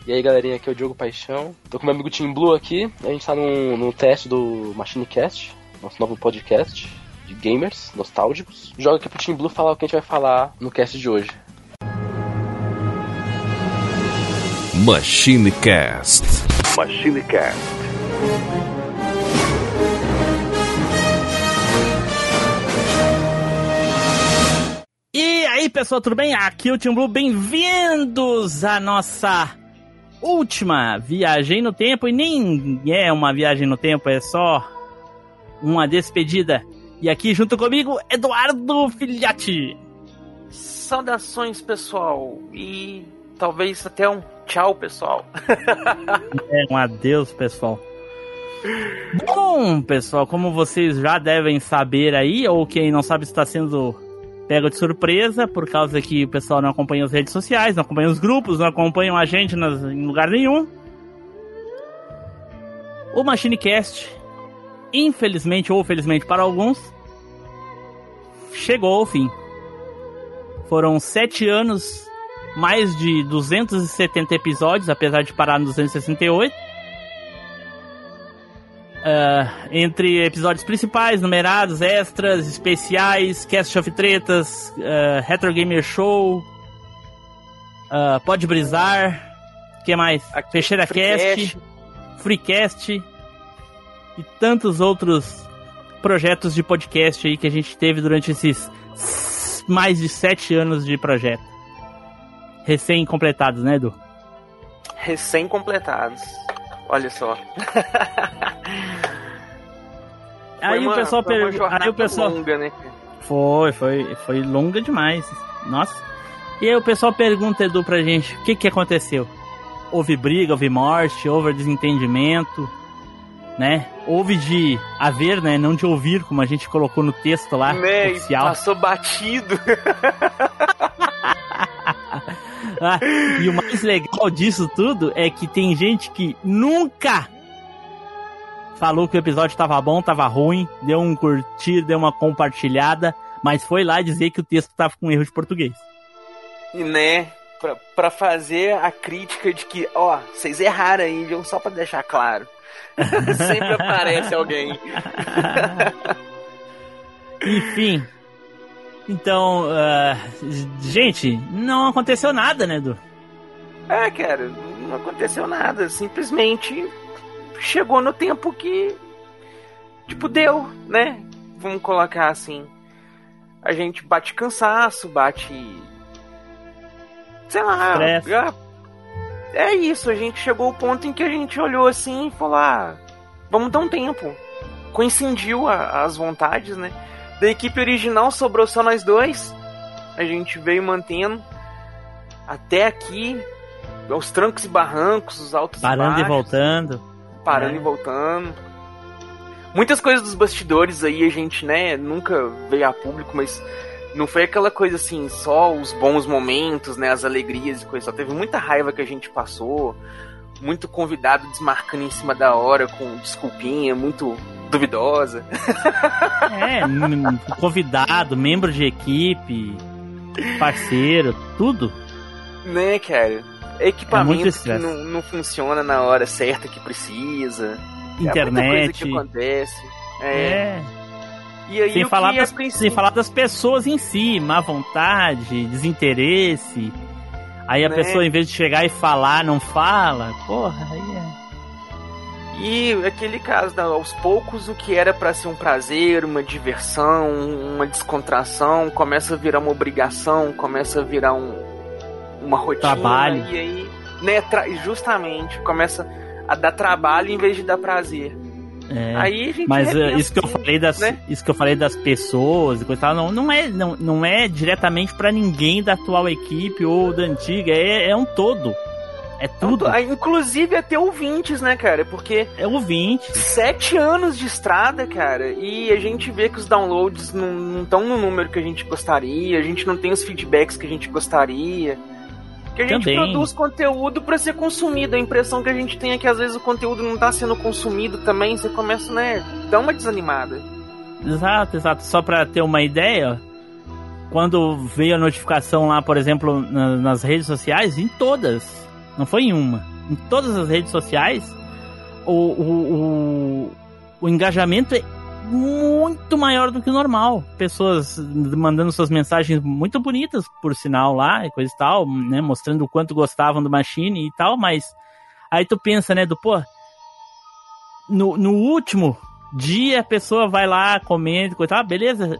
E aí, galerinha, aqui é o Diogo Paixão. Tô com meu amigo Tim Blue aqui. A gente tá no teste do MachineCast, nosso novo podcast de gamers nostálgicos. Joga aqui pro Tim Blue falar o que a gente vai falar no cast de hoje. MachineCast. E aí, pessoal, tudo bem? Aqui é o Tim Blue. Bem-vindos à nossa última viagem no tempo. E nem é uma viagem no tempo, é só uma despedida. E aqui junto comigo, Eduardo Filhote. Saudações, pessoal. E talvez até um tchau, pessoal. Um adeus, pessoal. Bom, pessoal, como vocês já devem saber aí, ou quem não sabe está sendo pego de surpresa, por causa que o pessoal não acompanha as redes sociais, não acompanha os grupos, não acompanham a gente em lugar nenhum. O MachineCast, infelizmente ou felizmente para alguns, chegou ao fim. Foram 7 anos, mais de 270 episódios, apesar de parar no 268. Entre episódios principais, numerados, extras, especiais, Cast of Tretas, Retro Gamer Show, Pode Brisar, o que mais? Fecheira Cast, Freecast e tantos outros projetos de podcast aí que a gente teve durante esses mais de 7 anos de projeto. Recém-completados, né, Edu? Recém-completados. Olha só. Aí o pessoal longa, né? Foi longa demais. Nossa. E aí o pessoal pergunta, Edu, pra gente, o que aconteceu? Houve briga, houve morte, houve desentendimento, né? Houve de haver, né? Não de ouvir, como a gente colocou no texto lá, oficial. Passou batido. E o mais legal disso tudo é que tem gente que nunca falou que o episódio tava bom, tava ruim, deu um curtir, deu uma compartilhada, mas foi lá dizer que o texto tava com erro de português. E né, pra fazer a crítica de que, ó, vocês erraram aí, viu? Só pra deixar claro. Sempre aparece alguém. Enfim. Então, gente, não aconteceu nada, né, Edu? Cara, não aconteceu nada. Simplesmente chegou no tempo que, tipo, deu, né? Vamos colocar assim. A gente bate cansaço, bate... sei lá... É isso, a gente chegou ao ponto em que a gente olhou assim e falou, vamos dar um tempo. Coincidiu as vontades, né? Da equipe original sobrou só nós dois. A gente veio mantendo até aqui, aos trancos e barrancos, os altos e baixos. Parando e voltando. Muitas coisas dos bastidores aí a gente, né, nunca veio a público, mas não foi aquela coisa assim, só os bons momentos, né, as alegrias e coisa. Só teve muita raiva que a gente passou, muito convidado desmarcando em cima da hora com desculpinha, muito duvidosa. Convidado, membro de equipe, parceiro, tudo. Né, cara? Equipamento que não funciona na hora certa que precisa. Internet. Muita coisa que acontece. E aí, sem falar das pessoas em si, má vontade, desinteresse. Aí a pessoa, em vez de chegar e falar, não fala. Porra, aí é... E aquele caso, aos poucos, o que era pra ser um prazer, uma diversão, uma descontração, começa a virar uma obrigação, começa a virar uma rotina. Trabalho. E aí, né, justamente, começa a dar trabalho em vez de dar prazer. Aí a gente isso que eu falei das pessoas e coisa tal, não é diretamente pra ninguém da atual equipe ou da antiga, é um todo. É tudo. Inclusive até ouvintes, né, cara? Porque... é ouvinte. 7 anos de estrada, cara, e a gente vê que os downloads não estão no número que a gente gostaria, a gente não tem os feedbacks que a gente gostaria. Que a gente produz conteúdo pra ser consumido. A impressão que a gente tem é que às vezes o conteúdo não tá sendo consumido também, você começa, né, dar uma desanimada. Exato. Só pra ter uma ideia, quando veio a notificação lá, por exemplo, nas redes sociais, em todas... não foi em uma. em todas as redes sociais, o engajamento é muito maior do que o normal. Pessoas mandando suas mensagens muito bonitas, por sinal lá, e coisa e tal, né, mostrando o quanto gostavam do Machine e tal, mas aí tu pensa, né, no último dia a pessoa vai lá, comenta, coisa e tal, beleza,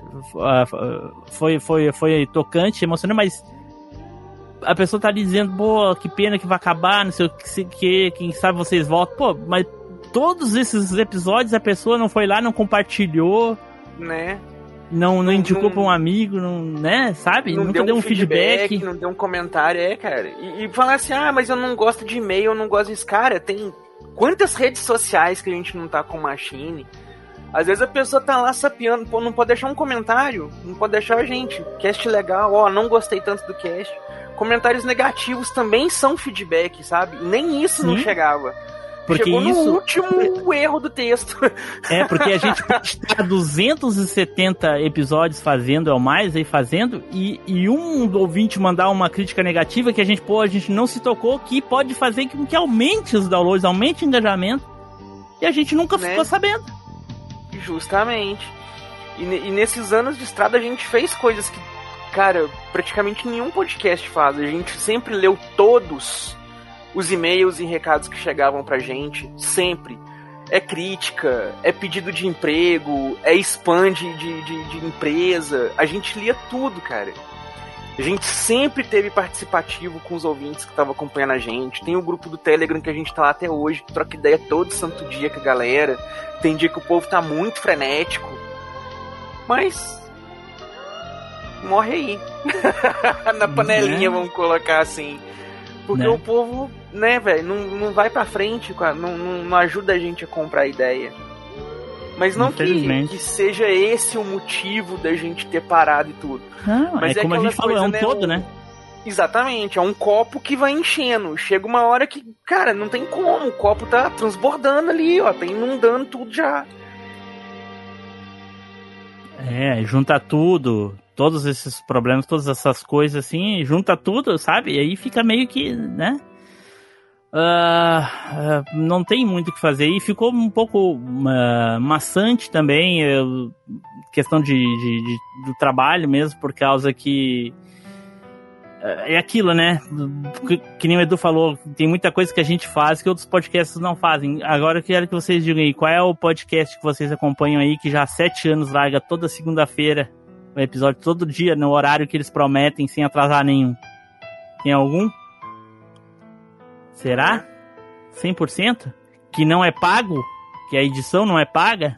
foi tocante, emocionante, mas a pessoa tá ali dizendo, pô, que pena que vai acabar, não sei o que, quem sabe vocês voltam, pô, mas todos esses episódios a pessoa não foi lá, não compartilhou, né? Não indicou pra um amigo, não, né? Sabe? Nunca deu um feedback. Não deu um comentário, cara. E falar assim, mas eu não gosto de e-mail, eu não gosto disso. Cara, tem quantas redes sociais que a gente não tá com Machine? Às vezes a pessoa tá lá sapeando, pô, não pode deixar um comentário, não pode deixar a gente. Cast legal, não gostei tanto do cast. Comentários negativos também são feedback, sabe? E nem isso não chegava. Porque chegou isso... no último erro do texto. Porque a gente pode estar 270 episódios fazendo, é o mais aí fazendo, e um ouvinte mandar uma crítica negativa que a gente não se tocou, que pode fazer com que aumente os downloads, aumente o engajamento, e a gente nunca ficou sabendo. Justamente. E nesses anos de estrada a gente fez coisas que, cara, praticamente nenhum podcast faz. A gente sempre leu todos os e-mails e recados que chegavam pra gente, sempre. É crítica, é pedido de emprego, é spam de empresa. A gente lia tudo, cara. A gente sempre teve participativo com os ouvintes que estavam acompanhando a gente. Tem o grupo do Telegram que a gente tá lá até hoje, que troca ideia todo santo dia com a galera. Tem dia que o povo tá muito frenético. Mas... morre aí. Na panelinha, vamos colocar assim. Porque o povo, né, velho, não vai pra frente, não ajuda a gente a comprar a ideia. Mas não que seja esse o motivo da gente ter parado e tudo. Não, mas como a gente falou, é um todo, né? Exatamente, é um copo que vai enchendo. Chega uma hora que, cara, não tem como. O copo tá transbordando ali, ó, tá inundando tudo já. Junta tudo, todos esses problemas, todas essas coisas assim, junta tudo, sabe? E aí fica meio que, né? Não tem muito o que fazer. E ficou um pouco maçante também, questão do trabalho mesmo, por causa que é aquilo, né? Que nem o Edu falou, tem muita coisa que a gente faz que outros podcasts não fazem. Agora eu quero que vocês digam aí, qual é o podcast que vocês acompanham aí, que já há 7 anos larga toda segunda-feira o episódio, todo dia, no horário que eles prometem, sem atrasar nenhum? Tem algum? Será? 100%? Que não é pago? Que a edição não é paga?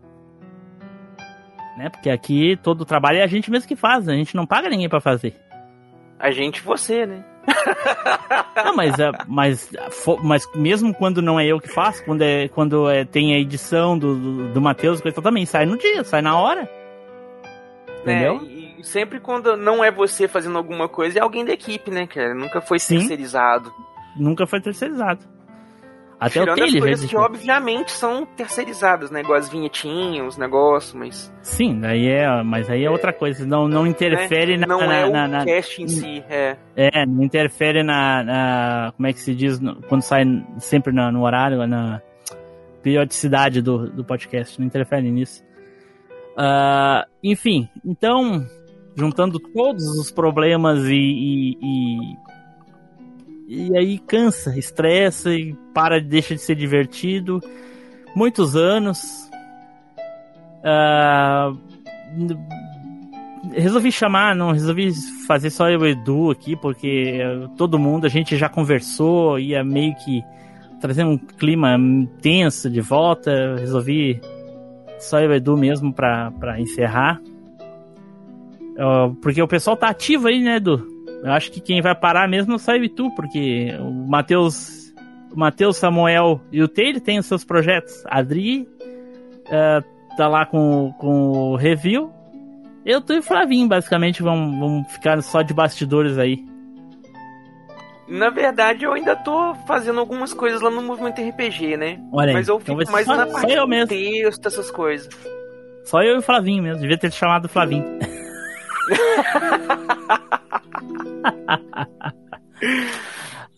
Né? Porque aqui todo o trabalho é a gente mesmo que faz, a gente não paga ninguém pra fazer. A gente, você, né? Não, mas mesmo quando não é eu que faço, quando tem a edição do Matheus, coisa também sai no dia, sai na hora. Entendeu? E sempre quando não é você fazendo alguma coisa, é alguém da equipe, né, cara? Nunca foi terceirizado. Nunca foi terceirizado. Até tirando o Taylor, as coisas que obviamente são terceirizadas, né? Igual as vinhetinhas, os negócios, mas... Sim, mas aí é outra coisa. Não interfere na... Não é o cast em si, não interfere na como é que se diz? Quando sai sempre no horário, na periodicidade do podcast. Não interfere nisso. Enfim, então, juntando todos os problemas e aí cansa, estressa e deixa de ser divertido. Muitos anos. Resolvi fazer só eu e o Edu aqui, porque todo mundo, a gente já conversou, ia meio que trazer um clima tenso de volta. Resolvi só eu e o Edu mesmo pra encerrar. Porque o pessoal tá ativo aí, né, Edu? Eu acho que quem vai parar mesmo é o Saio e tu, porque o Matheus, Samuel e o Taylor têm os seus projetos. A Adri tá lá com o review. Eu, tu e o Flavinho, basicamente, vamos ficar só de bastidores aí. Na verdade, eu ainda tô fazendo algumas coisas lá no Movimento RPG, né? Olha aí, mas eu fico mais na parte do texto, essas coisas. Só eu e o Flavinho mesmo, devia ter te chamado o Flavinho.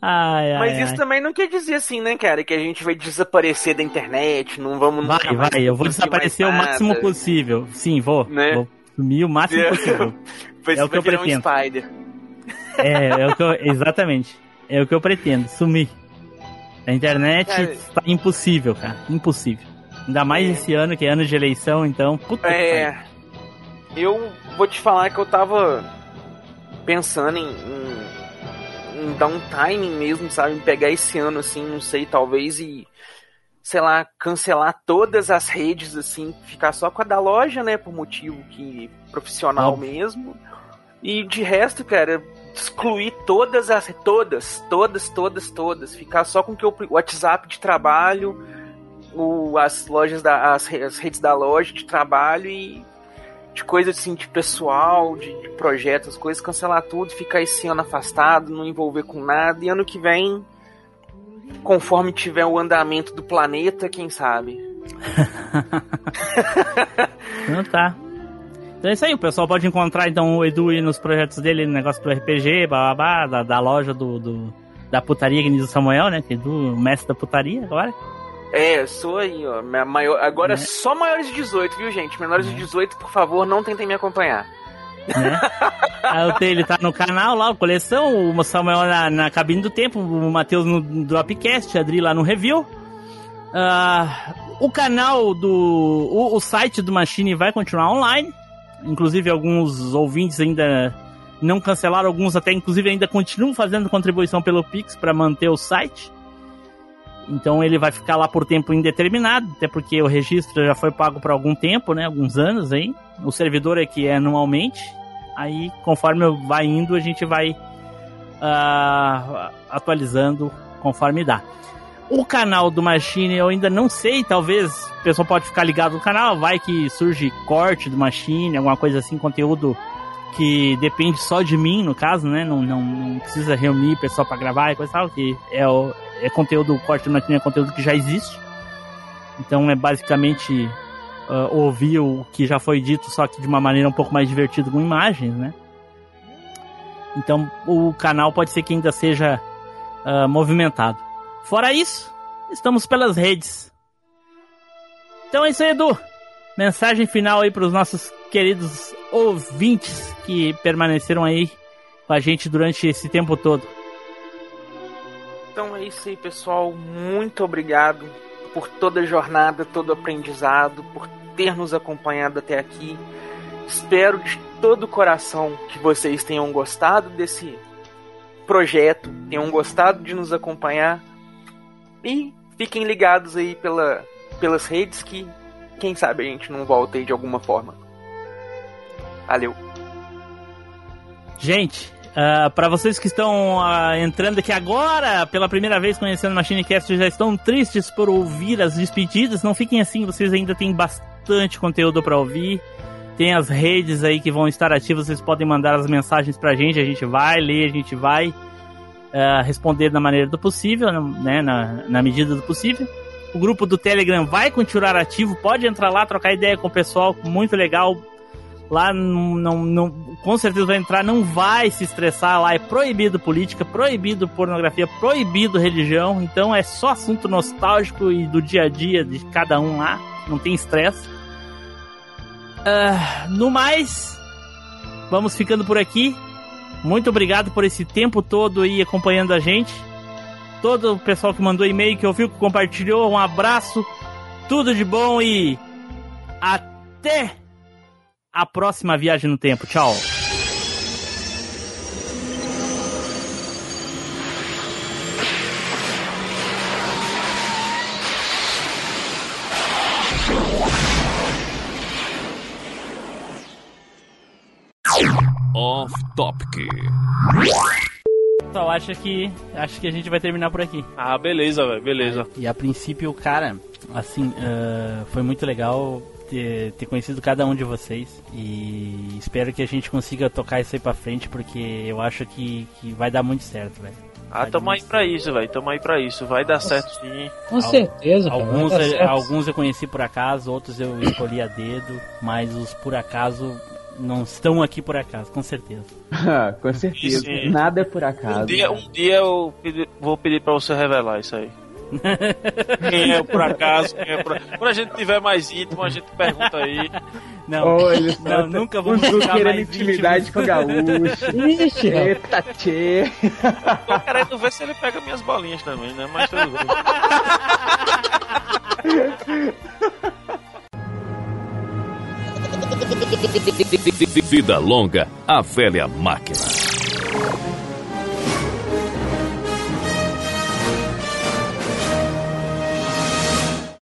Mas isso também não quer dizer assim, né, cara? Que a gente vai desaparecer da internet, não vamos nunca mais. Eu vou desaparecer o máximo possível. Sim, vou. Né? Vou sumir o máximo possível. É o que eu pretendo. Um Spider. Exatamente. É o que eu pretendo, sumir. A internet está impossível, cara. Impossível. Ainda mais esse ano, que é ano de eleição, então... Puta que eu vou te falar que eu tava pensando em dar um timing mesmo, sabe? Em pegar esse ano, assim, não sei, talvez, e... sei lá, cancelar todas as redes, assim, ficar só com a da loja, né? Por motivo que profissional mesmo. E de resto, cara... excluir todas, ficar só com o WhatsApp de trabalho, as lojas as redes da loja de trabalho e de coisa assim, de pessoal, de projetos, coisas, cancelar tudo, ficar esse ano afastado, não envolver com nada, e ano que vem, conforme tiver o andamento do planeta, quem sabe? Não tá. Então é isso aí, o pessoal pode encontrar então o Edu nos projetos dele, no negócio do RPG, bababá, da loja da putaria, que diz o Samuel, né? Que Edu, mestre da putaria agora. Sou aí, ó. Agora só maiores de 18, viu, gente? Menores de 18, por favor, não tentem me acompanhar. Ele tá no canal lá, o Coleção, o Samuel na Cabine do Tempo, o Matheus no Dropcast, a Adri lá no Review. O canal o site do Machine vai continuar online. Inclusive alguns ouvintes ainda não cancelaram, alguns até inclusive ainda continuam fazendo contribuição pelo Pix para manter o site. Então ele vai ficar lá por tempo indeterminado, até porque o registro já foi pago por algum tempo, né? Alguns anos aí. O servidor é que é anualmente. Aí conforme vai indo a gente vai atualizando conforme dá. O canal do Machine eu ainda não sei, talvez o pessoal pode ficar ligado no canal, vai que surge corte do Machine, alguma coisa assim, conteúdo que depende só de mim, no caso, né? Não precisa reunir pessoal pra gravar e coisa tal, que é conteúdo, o corte do Machine é conteúdo que já existe. Então é basicamente ouvir o que já foi dito, só que de uma maneira um pouco mais divertida com imagens, né? Então o canal pode ser que ainda seja movimentado. Fora isso, estamos pelas redes. Então é isso aí, Edu. Mensagem final aí para os nossos queridos ouvintes que permaneceram aí com a gente durante esse tempo todo. Então é isso aí, pessoal. Muito obrigado por toda a jornada, todo o aprendizado, por ter nos acompanhado até aqui. Espero de todo o coração que vocês tenham gostado desse projeto, tenham gostado de nos acompanhar. E fiquem ligados aí pelas redes que, quem sabe, a gente não volta aí de alguma forma. Valeu. Gente, para vocês que estão entrando aqui agora, pela primeira vez conhecendo o MachineCast, já estão tristes por ouvir as despedidas, não fiquem assim, vocês ainda têm bastante conteúdo para ouvir. Tem as redes aí que vão estar ativas, vocês podem mandar as mensagens pra gente, a gente vai ler, a gente vai... responder da maneira do possível, né, na medida do possível. O grupo do Telegram vai continuar ativo, pode entrar lá, trocar ideia com o pessoal, muito legal. Lá com certeza vai entrar, não vai se estressar, lá é proibido política, proibido pornografia, proibido religião, então é só assunto nostálgico e do dia a dia de cada um lá, não tem estresse. No mais, vamos ficando por aqui. Muito obrigado por esse tempo todo aí acompanhando a gente. Todo o pessoal que mandou e-mail, que ouviu, que compartilhou, um abraço, tudo de bom e até a próxima viagem no tempo. Tchau. Off Topic. Então, acho que a gente vai terminar por aqui. Ah, beleza, velho, beleza. E a princípio, cara, assim, foi muito legal ter conhecido cada um de vocês. E espero que a gente consiga tocar isso aí pra frente, porque eu acho que vai dar muito certo, velho. Tamo aí pra isso, velho. Tamo aí pra isso. Vai dar certo sim. Com certeza. Alguns eu conheci por acaso, outros eu escolhi a dedo, mas os por acaso Não estão aqui por acaso, com certeza. Com certeza. Sim. Nada é por acaso. Um dia eu vou pedir pra você revelar isso aí. Quem é por acaso, quem é por... Quando a gente tiver mais íntimo, a gente pergunta aí. Não, não, nunca vamos ficar querendo mais intimidade íntimos. com o gaúcho. Ixi, eita, tchê. Tô querendo ver se ele pega minhas bolinhas também, né? Mas tudo bem. Vida longa, a velha máquina.